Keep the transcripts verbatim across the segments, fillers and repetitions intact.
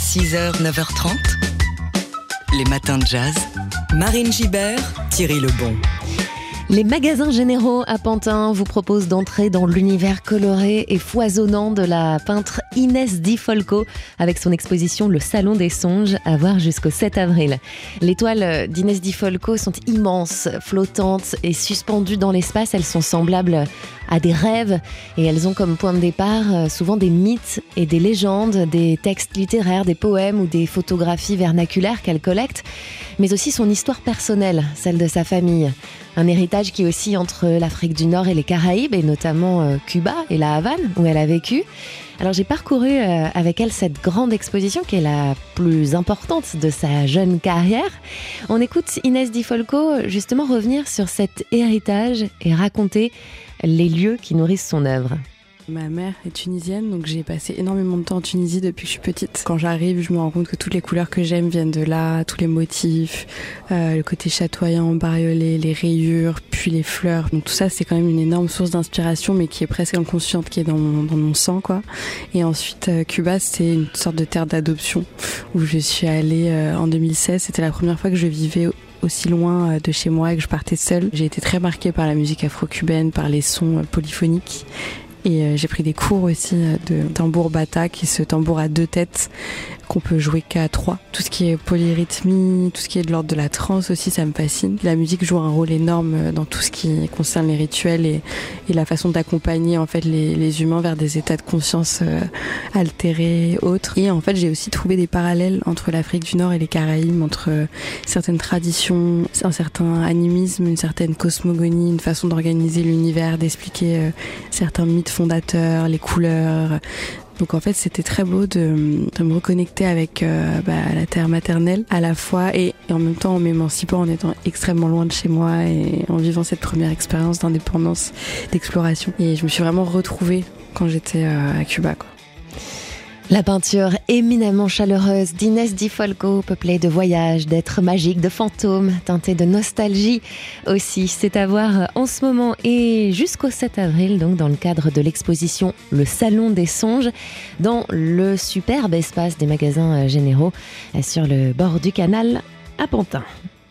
six heures, neuf heures trente, les matins de jazz. Marine Gibert, Thierry Lebon. Les magasins généraux à Pantin vous proposent d'entrer dans l'univers coloré et foisonnant de la peintre Inès Di Folco avec son exposition Le Salon des Songes à voir jusqu'au sept avril. Les toiles d'Inès Di Folco sont immenses, flottantes et suspendues dans l'espace. Elles sont semblables à des rêves et elles ont comme point de départ souvent des mythes et des légendes, des textes littéraires, des poèmes ou des photographies vernaculaires qu'elle collecte, mais aussi son histoire personnelle, celle de sa famille. Un héritage qui oscille entre l'Afrique du Nord et les Caraïbes, et notamment Cuba et la Havane, où elle a vécu. Alors j'ai parcouru avec elle cette grande exposition qui est la plus importante de sa jeune carrière. On écoute Inès Di Folco justement revenir sur cet héritage et raconter les lieux qui nourrissent son œuvre. Ma mère est tunisienne, donc j'ai passé énormément de temps en Tunisie depuis que je suis petite. Quand j'arrive, je me rends compte que toutes les couleurs que j'aime viennent de là, tous les motifs, euh, le côté chatoyant, bariolé, les rayures, puis les fleurs. Donc tout ça, c'est quand même une énorme source d'inspiration, mais qui est presque inconsciente, qui est dans mon, dans mon sang, quoi. Et ensuite, euh, Cuba, c'est une sorte de terre d'adoption où je suis allée euh, en deux mille seize. C'était la première fois que je vivais aussi loin de chez moi et que je partais seule. J'ai été très marquée par la musique afro-cubaine, par les sons polyphoniques. Et euh, j'ai pris des cours aussi de tambour bata, qui est ce tambour à deux têtes qu'on peut jouer qu'à trois. Tout ce qui est polyrythmie, tout ce qui est de l'ordre de la trance aussi, ça me fascine. La musique joue un rôle énorme dans tout ce qui concerne les rituels et, et la façon d'accompagner en fait les, les humains vers des états de conscience euh, altérés, autres. Et en fait, j'ai aussi trouvé des parallèles entre l'Afrique du Nord et les Caraïbes, entre euh, certaines traditions, un certain animisme, une certaine cosmogonie, une façon d'organiser l'univers, d'expliquer euh, certains mythes fondateurs, les couleurs. Donc en fait, c'était très beau de, de me reconnecter avec euh, bah, la terre maternelle à la fois et, et en même temps en m'émancipant, en étant extrêmement loin de chez moi et en vivant cette première expérience d'indépendance, d'exploration. Et je me suis vraiment retrouvée quand j'étais euh, à Cuba, quoi. La peinture éminemment chaleureuse d'Inès Di Folco, peuplée de voyages, d'êtres magiques, de fantômes, teintée de nostalgie aussi. C'est à voir en ce moment et jusqu'au sept avril, donc dans le cadre de l'exposition Le Salon des Songes, dans le superbe espace des magasins généraux sur le bord du canal à Pantin.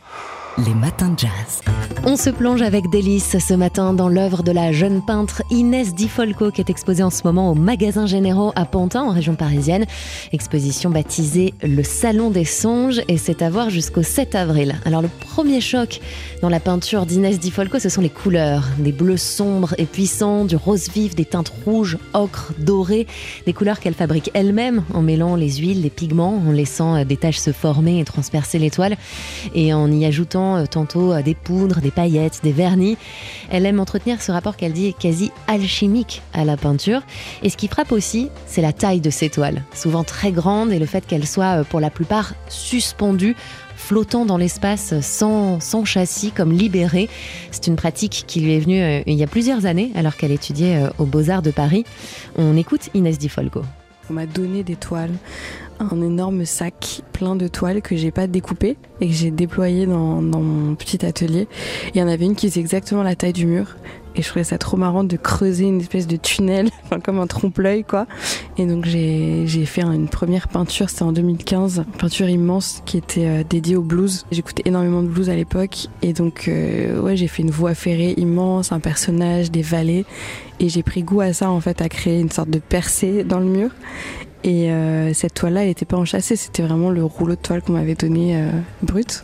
Les matins de jazz. On se plonge avec délice ce matin dans l'œuvre de la jeune peintre Inès Di Folco qui est exposée en ce moment au Magasins Généraux à Pantin en région parisienne. Exposition baptisée Le Salon des Songes et c'est à voir jusqu'au sept avril. Alors le premier choc dans la peinture d'Inès Di Folco, ce sont les couleurs. Des bleus sombres et puissants, du rose vif, des teintes rouges, ocre, dorées. Des couleurs qu'elle fabrique elle-même en mêlant les huiles, les pigments, en laissant des taches se former et transpercer les toiles et en y ajoutant tantôt des poudres, des paillettes, des vernis. Elle aime entretenir ce rapport qu'elle dit quasi alchimique à la peinture. Et ce qui frappe aussi, c'est la taille de ces toiles, souvent très grandes, et le fait qu'elles soient pour la plupart suspendues, flottant dans l'espace sans, sans châssis, comme libérée. C'est une pratique qui lui est venue euh, il y a plusieurs années, alors qu'elle étudiait euh, aux Beaux-Arts de Paris. On écoute Inès Di Folco. On m'a donné des toiles, un énorme sac plein de toiles que j'ai pas découpées et que j'ai déployé dans, dans mon petit atelier. Il y en avait une qui faisait exactement la taille du mur et je trouvais ça trop marrant de creuser une espèce de tunnel, enfin comme un trompe-l'œil quoi. Et donc j'ai, j'ai fait une première peinture, c'était en deux mille quinze, une peinture immense qui était euh, dédiée au blues. J'écoutais énormément de blues à l'époque et donc euh, ouais, j'ai fait une voie ferrée immense, un personnage, des vallées et j'ai pris goût à ça en fait, à créer une sorte de percée dans le mur. Et euh, cette toile-là, elle n'était pas enchâssée, c'était vraiment le rouleau de toile qu'on m'avait donné euh, brut.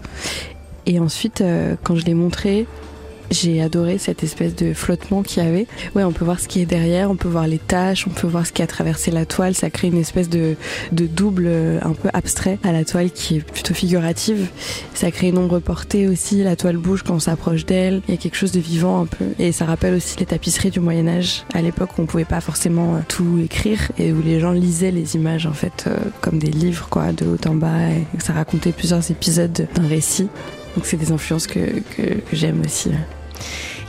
Et ensuite, euh, quand je l'ai montré, j'ai adoré cette espèce de flottement qu'il y avait. Ouais, on peut voir ce qui est derrière, on peut voir les taches, on peut voir ce qui a traversé la toile. Ça crée une espèce de, de double un peu abstrait à la toile qui est plutôt figurative. Ça crée une ombre portée aussi, la toile bouge quand on s'approche d'elle. Il y a quelque chose de vivant un peu. Et ça rappelle aussi les tapisseries du Moyen-Âge, à l'époque où on pouvait pas forcément tout écrire et où les gens lisaient les images en fait euh, comme des livres quoi, de haut en bas. Et ça racontait plusieurs épisodes d'un récit. Donc c'est des influences que, que, que j'aime aussi.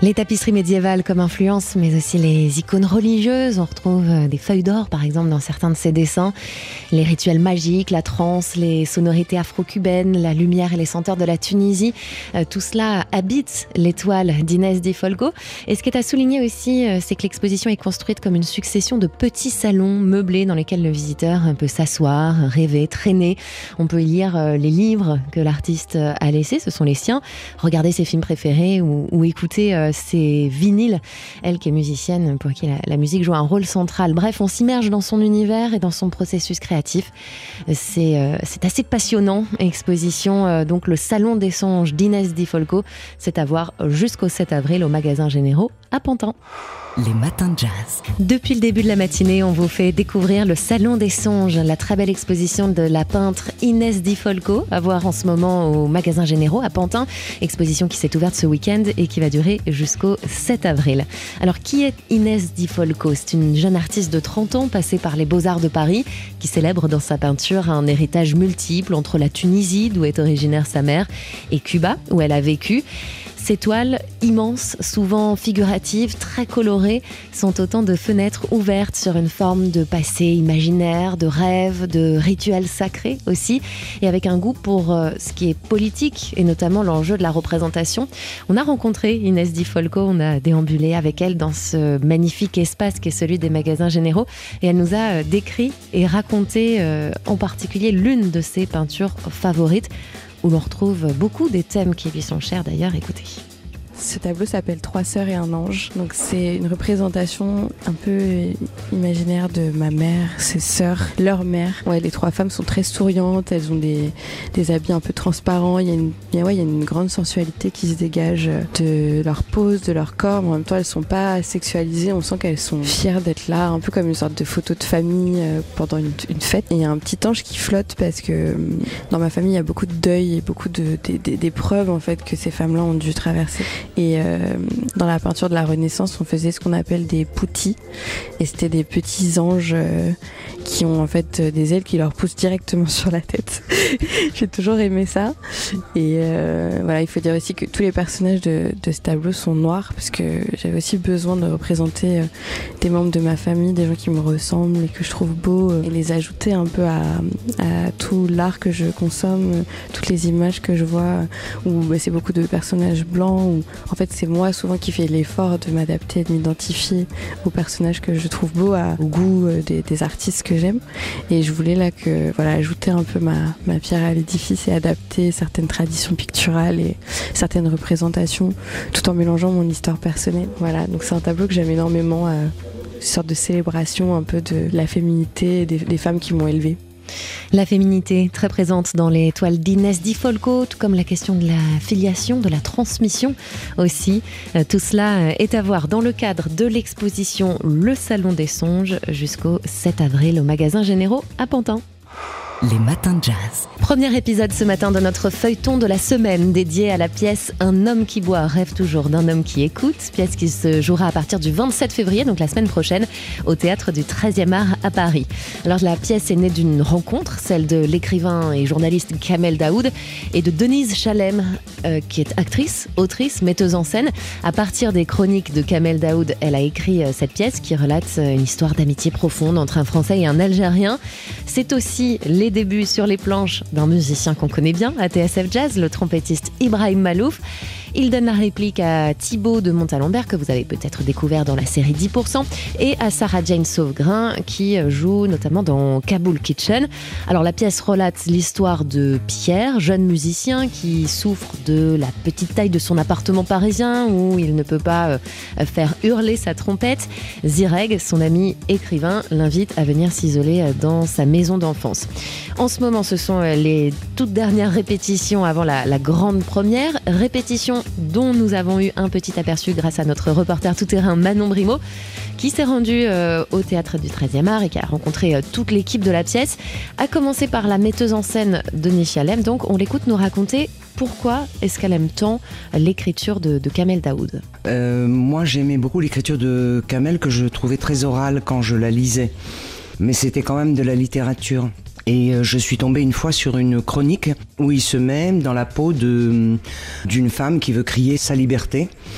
Les tapisseries médiévales comme influence, mais aussi les icônes religieuses. On retrouve des feuilles d'or, par exemple, dans certains de ses dessins. Les rituels magiques, la transe, les sonorités afro-cubaines, la lumière et les senteurs de la Tunisie. Euh, tout cela habite l'étoile d'Inès Di Folco. Et ce qui est à souligner aussi, euh, c'est que l'exposition est construite comme une succession de petits salons meublés dans lesquels le visiteur peut s'asseoir, rêver, traîner. On peut y lire euh, les livres que l'artiste a laissés, ce sont les siens. Regarder ses films préférés ou, ou écouter euh, ses vinyles, elle qui est musicienne, pour qui la, la musique joue un rôle central. Bref, on s'immerge dans son univers et dans son processus créatif. C'est, euh, c'est assez passionnant. Exposition, euh, donc le Salon des Songes d'Inès Di Folco, c'est à voir jusqu'au sept avril au Magasins Généraux à Pantin. Les matins de jazz. Depuis le début de la matinée, on vous fait découvrir le Salon des Songes, la très belle exposition de la peintre Inès Di Folco, à voir en ce moment au Magasins Généraux à Pantin. Exposition qui s'est ouverte ce week-end et qui va durer jusqu'au sept avril. Alors, qui est Inès Di Folco ? C'est une jeune artiste de trente ans passée par les Beaux-Arts de Paris qui célèbre dans sa peinture un héritage multiple entre la Tunisie, d'où est originaire sa mère, et Cuba, où elle a vécu. Ces toiles immenses, souvent figuratives, très colorées, sont autant de fenêtres ouvertes sur une forme de passé imaginaire, de rêve, de rituels sacrés aussi, et avec un goût pour euh, ce qui est politique, et notamment l'enjeu de la représentation. On a rencontré Inès Di Folco, on a déambulé avec elle dans ce magnifique espace qui est celui des Magasins Généraux, et elle nous a euh, décrit et raconté euh, en particulier l'une de ses peintures favorites, où l'on retrouve beaucoup des thèmes qui lui sont chers d'ailleurs. Écoutez. Ce tableau s'appelle Trois sœurs et un ange. Donc c'est une représentation un peu imaginaire de ma mère, ses sœurs, leur mère. Ouais, les trois femmes sont très souriantes, elles ont des, des habits un peu transparents. Il y a une, il y a, ouais, il y a une grande sensualité qui se dégage de leur pose, de leur corps. Mais en même temps, elles sont pas sexualisées. On sent qu'elles sont fières d'être là, un peu comme une sorte de photo de famille pendant une, une fête. Et il y a un petit ange qui flotte parce que dans ma famille, il y a beaucoup de deuil et beaucoup de, de, de, d'épreuves en fait que ces femmes-là ont dû traverser. Et euh, dans la peinture de la Renaissance, on faisait ce qu'on appelle des putti, et c'était des petits anges euh, qui ont en fait des ailes qui leur poussent directement sur la tête. J'ai toujours aimé ça. Et euh, voilà, il faut dire aussi que tous les personnages de, de ce tableau sont noirs, parce que j'avais aussi besoin de représenter euh, des membres de ma famille, des gens qui me ressemblent et que je trouve beaux, euh, et les ajouter un peu à, à tout l'art que je consomme, euh, toutes les images que je vois, où bah, c'est beaucoup de personnages blancs, où en fait c'est moi souvent qui fais l'effort de m'adapter, de m'identifier aux personnages que je trouve beaux, à, au goût euh, des, des artistes que j'aime. Et je voulais là que voilà ajouter un peu ma, ma pierre à l'édifice et adapter certaines traditions picturales et certaines représentations, tout en mélangeant mon histoire personnelle. Voilà, donc c'est un tableau que j'aime énormément, euh, une sorte de célébration un peu de la féminité et des, des femmes qui m'ont élevée. La féminité très présente dans les toiles d'Inès Di Folco, tout comme la question de la filiation, de la transmission aussi. Tout cela est à voir dans le cadre de l'exposition Le Salon des Songes jusqu'au sept avril au Magasins Généraux à Pantin. Les matins de jazz. Premier épisode ce matin de notre feuilleton de la semaine dédié à la pièce Un homme qui boit rêve toujours d'un homme qui écoute, pièce qui se jouera à partir du vingt-sept février, donc la semaine prochaine, au théâtre du treizième art à Paris. Alors la pièce est née d'une rencontre, celle de l'écrivain et journaliste Kamel Daoud et de Denise Chalem, euh, qui est actrice, autrice, metteuse en scène. À partir des chroniques de Kamel Daoud, elle a écrit euh, cette pièce qui relate euh, une histoire d'amitié profonde entre un Français et un Algérien. C'est aussi les débuts sur les planches d'un musicien qu'on connaît bien à T S F Jazz, le trompettiste Ibrahim Malouf. Il donne la réplique à Thibaut de Montalembert, que vous avez peut-être découvert dans la série dix pour cent, et à Sarah Jane Sauvegrain, qui joue notamment dans Kaboul Kitchen. Alors la pièce relate l'histoire de Pierre, jeune musicien qui souffre de la petite taille de son appartement parisien, où il ne peut pas faire hurler sa trompette. Zireg, son ami écrivain, l'invite à venir s'isoler dans sa maison d'enfance. En ce moment, ce sont les toutes dernières répétitions avant la, la grande première. Répétition dont nous avons eu un petit aperçu grâce à notre reporter tout-terrain Manon Brimaud, qui s'est rendu euh, au théâtre du treizième art et qui a rencontré euh, toute l'équipe de la pièce, à commencer par la metteuse en scène Denise Chalem. Donc on l'écoute nous raconter pourquoi est-ce qu'elle aime tant l'écriture de, de Kamel Daoud. euh, Moi j'aimais beaucoup l'écriture de Kamel, que je trouvais très orale quand je la lisais, mais c'était quand même de la littérature. Et je suis tombé une fois sur une chronique où il se met dans la peau de, d'une femme qui veut crier sa liberté.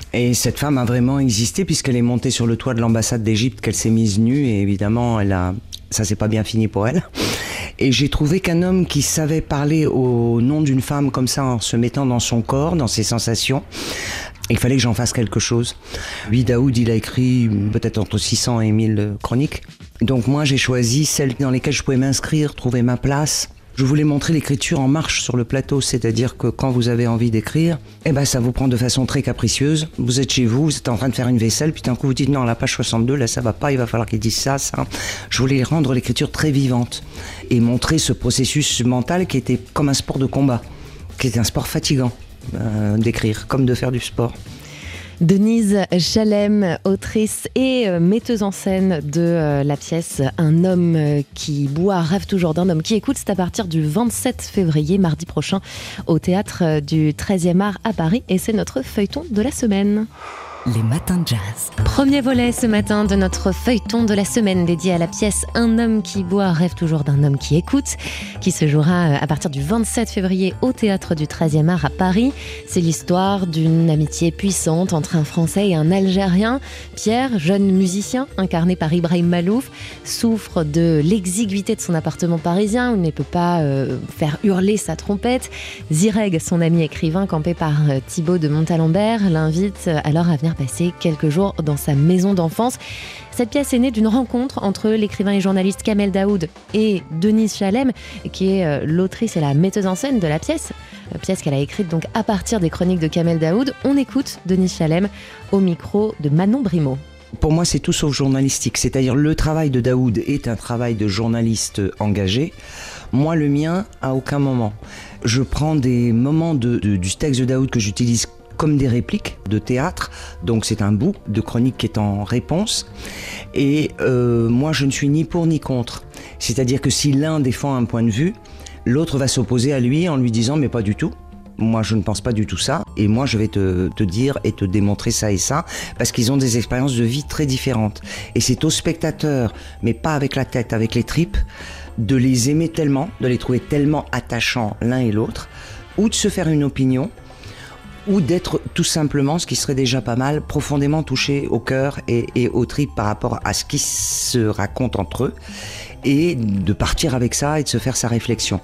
Et cette femme a vraiment existé puisqu'elle est montée sur le toit de l'ambassade d'Égypte, qu'elle s'est mise nue et évidemment, elle a, ça s'est pas bien fini pour elle. Et j'ai trouvé qu'un homme qui savait parler au nom d'une femme comme ça, en se mettant dans son corps, dans ses sensations, il fallait que j'en fasse quelque chose. Lui, Daoud, il a écrit peut-être entre six cents et mille chroniques. Donc moi, j'ai choisi celles dans lesquelles je pouvais m'inscrire, trouver ma place. Je voulais montrer l'écriture en marche sur le plateau, c'est-à-dire que quand vous avez envie d'écrire, eh ben ça vous prend de façon très capricieuse. Vous êtes chez vous, vous êtes en train de faire une vaisselle, puis d'un coup vous dites non, la page soixante-deux, là ça va pas, il va falloir qu'il dise ça, ça. Je voulais rendre l'écriture très vivante et montrer ce processus mental qui était comme un sport de combat, qui était un sport fatigant euh, d'écrire, comme de faire du sport. Denise Chalem, autrice et metteuse en scène de la pièce Un homme qui boit rêve toujours d'un homme qui écoute. C'est à partir du vingt-sept février, mardi prochain, au théâtre du treizième art à Paris. Et c'est notre feuilleton de la semaine. Les matins de jazz. Premier volet ce matin de notre feuilleton de la semaine dédié à la pièce Un homme qui boit rêve toujours d'un homme qui écoute, qui se jouera à partir du vingt-sept février au théâtre du treizième art à Paris. C'est l'histoire d'une amitié puissante entre un Français et un Algérien. Pierre, jeune musicien incarné par Ibrahim Malouf, souffre de l'exiguïté de son appartement parisien où il ne peut pas euh, faire hurler sa trompette. Zireg, son ami écrivain campé par euh, Thibaut de Montalembert, l'invite alors à venir passer quelques jours dans sa maison d'enfance. Cette pièce est née d'une rencontre entre l'écrivain et journaliste Kamel Daoud et Denise Chalem, qui est l'autrice et la metteuse en scène de la pièce, pièce qu'elle a écrite donc à partir des chroniques de Kamel Daoud. On écoute Denise Chalem au micro de Manon Brimaud. Pour moi, c'est tout sauf journalistique, c'est-à-dire le travail de Daoud est un travail de journaliste engagé. Moi, le mien, à aucun moment. Je prends des moments de, de, du texte de Daoud que j'utilise comme des répliques de théâtre, donc c'est un bout de chronique qui est en réponse, et euh, moi je ne suis ni pour ni contre, c'est-à-dire que si l'un défend un point de vue, l'autre va s'opposer à lui en lui disant mais pas du tout, moi je ne pense pas du tout ça, et moi je vais te, te dire et te démontrer ça et ça, parce qu'ils ont des expériences de vie très différentes, et c'est aux spectateurs, mais pas avec la tête, avec les tripes, de les aimer tellement, de les trouver tellement attachants l'un et l'autre, ou de se faire une opinion, ou d'être tout simplement, ce qui serait déjà pas mal, profondément touché au cœur et, et aux tripes par rapport à ce qui se raconte entre eux, et de partir avec ça et de se faire sa réflexion.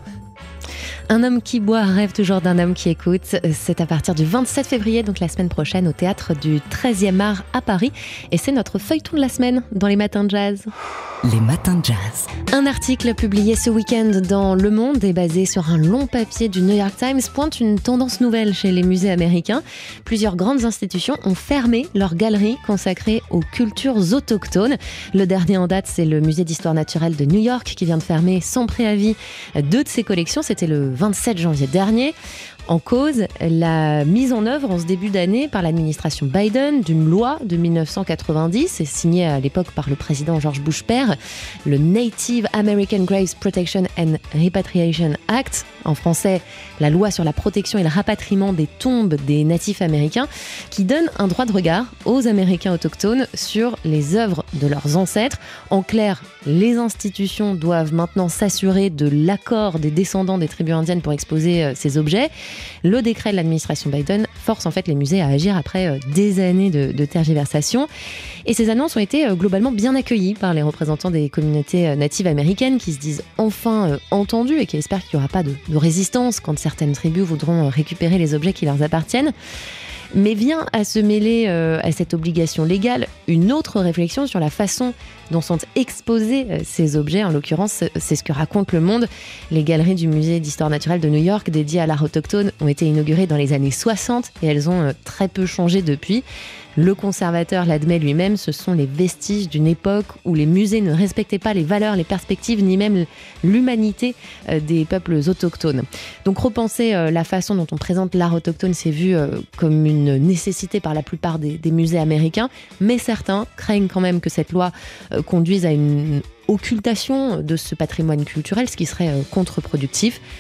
Un homme qui boit rêve toujours d'un homme qui écoute. C'est à partir du vingt-sept février, donc la semaine prochaine, au théâtre du treizième art à Paris. Et c'est notre feuilleton de la semaine dans les matins de jazz. Les matins de jazz. Un article publié ce week-end dans Le Monde et basé sur un long papier du New York Times pointe une tendance nouvelle chez les musées américains. Plusieurs grandes institutions ont fermé leurs galeries consacrées aux cultures autochtones. Le dernier en date, c'est le musée d'histoire naturelle de New York qui vient de fermer sans préavis deux de ses collections. C'était le vingt-sept janvier dernier. En cause, la mise en œuvre en ce début d'année par l'administration Biden d'une loi de dix-neuf cent quatre-vingt-dix, signée à l'époque par le président George Bush père, le Native American Graves Protection and Repatriation Act, en français la loi sur la protection et le rapatriement des tombes des natifs américains, qui donne un droit de regard aux Américains autochtones sur les œuvres de leurs ancêtres. En clair, les institutions doivent maintenant s'assurer de l'accord des descendants des tribus indiennes pour exposer ces objets. Le décret de l'administration Biden force en fait les musées à agir après des années de, de tergiversation. Et ces annonces ont été globalement bien accueillies par les représentants des communautés natives américaines qui se disent enfin entendus et qui espèrent qu'il n'y aura pas de, de résistance quand certaines tribus voudront récupérer les objets qui leur appartiennent. Mais vient à se mêler euh, à cette obligation légale une autre réflexion sur la façon dont sont exposés euh, ces objets. En l'occurrence, c'est ce que raconte Le Monde. Les galeries du musée d'histoire naturelle de New York dédiées à l'art autochtone ont été inaugurées dans les années soixante et elles ont euh, très peu changé depuis. Le conservateur l'admet lui-même, ce sont les vestiges d'une époque où les musées ne respectaient pas les valeurs, les perspectives, ni même l'humanité des peuples autochtones. Donc repenser la façon dont on présente l'art autochtone, c'est vu comme une nécessité par la plupart des, des musées américains, mais certains craignent quand même que cette loi conduise à une occultation de ce patrimoine culturel, ce qui serait contre-productif.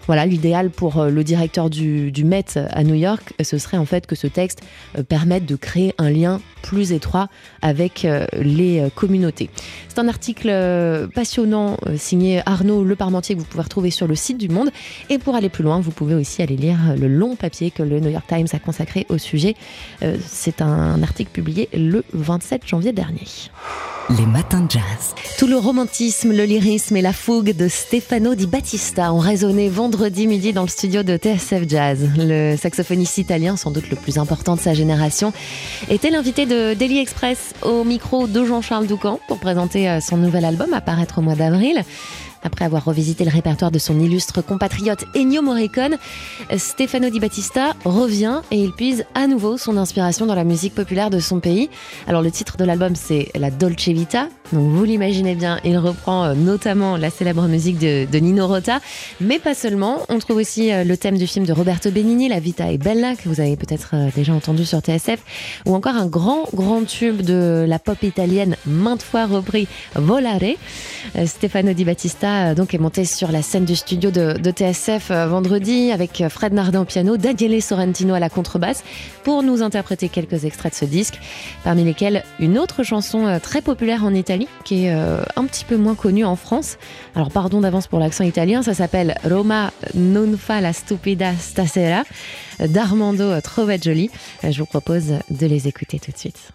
Voilà, l'idéal pour le directeur du, du Met à New York, ce serait en fait que ce texte permette de créer un lien plus étroit avec les communautés. C'est un article passionnant signé Arnaud Le Parmentier que vous pouvez retrouver sur le site du Monde. Et pour aller plus loin, vous pouvez aussi aller lire le long papier que le New York Times a consacré au sujet. C'est un article publié le vingt-sept janvier dernier. Les matins de jazz. Tout le romantisme, le lyrisme et la fougue de Stefano Di Battista ont résonné vendredi midi dans le studio de T S F Jazz. Le saxophoniste italien, sans doute le plus important de sa génération, était l'invité de Daily Express au micro de Jean-Charles Doucan pour présenter son nouvel album à paraître au mois d'avril. Après avoir revisité le répertoire de son illustre compatriote Ennio Morricone, Stefano Di Battista revient et il puise à nouveau son inspiration dans la musique populaire de son pays. Alors le titre de l'album, c'est La Dolce Vita. Donc vous l'imaginez bien, il reprend notamment la célèbre musique de, de Nino Rota, mais pas seulement. On trouve aussi le thème du film de Roberto Benigni, La Vita è Bella, que vous avez peut-être déjà entendu sur T S F, ou encore un grand, grand tube de la pop italienne, maintes fois repris, Volare. Stefano Di Battista donc est monté sur la scène du studio de, de T S F vendredi avec Fred Nardin au piano, Daniele Sorrentino à la contrebasse pour nous interpréter quelques extraits de ce disque, parmi lesquels une autre chanson très populaire en Italie qui est euh, un petit peu moins connue en France. Alors pardon d'avance pour l'accent italien, ça s'appelle Roma non fa la stupida stasera d'Armando Trovajoli. Je vous propose de les écouter tout de suite.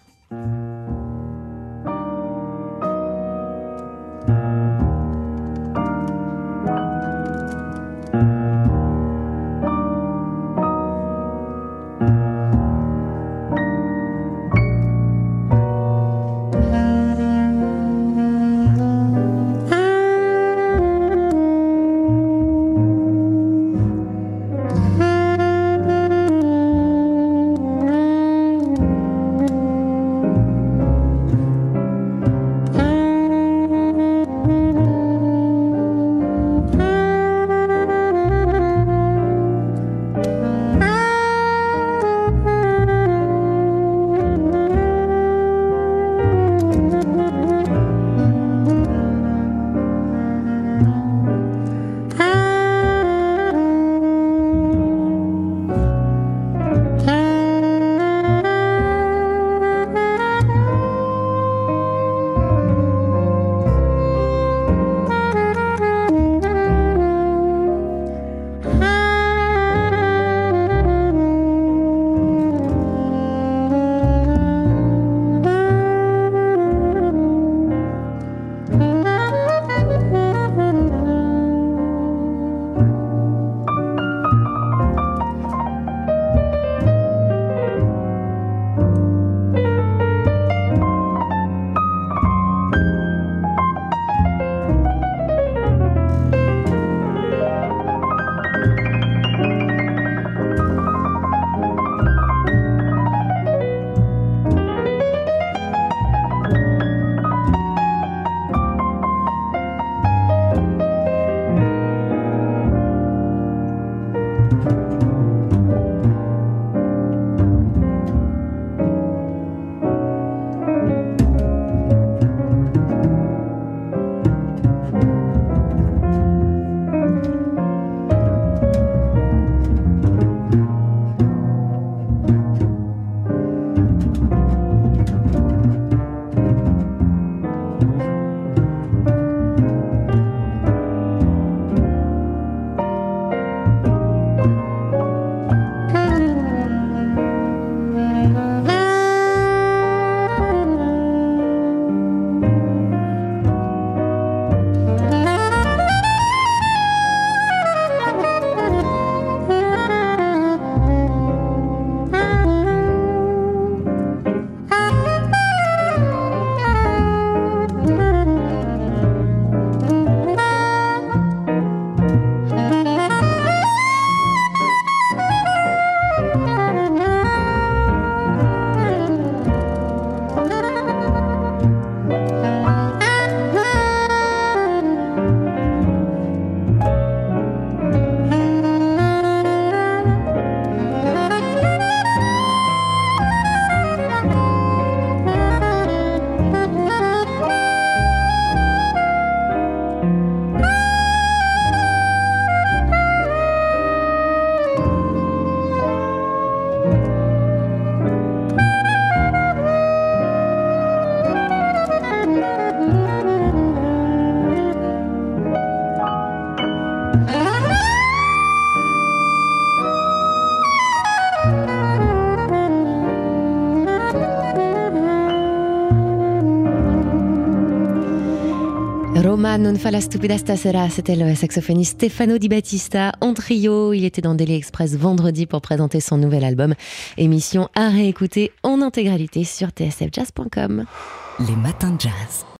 Roma non fa la stupida stasera, c'était le saxophoniste Stefano Di Battista en trio. Il était dans Daily Express vendredi pour présenter son nouvel album. Émission à réécouter en intégralité sur t s f jazz point com. Les matins de jazz.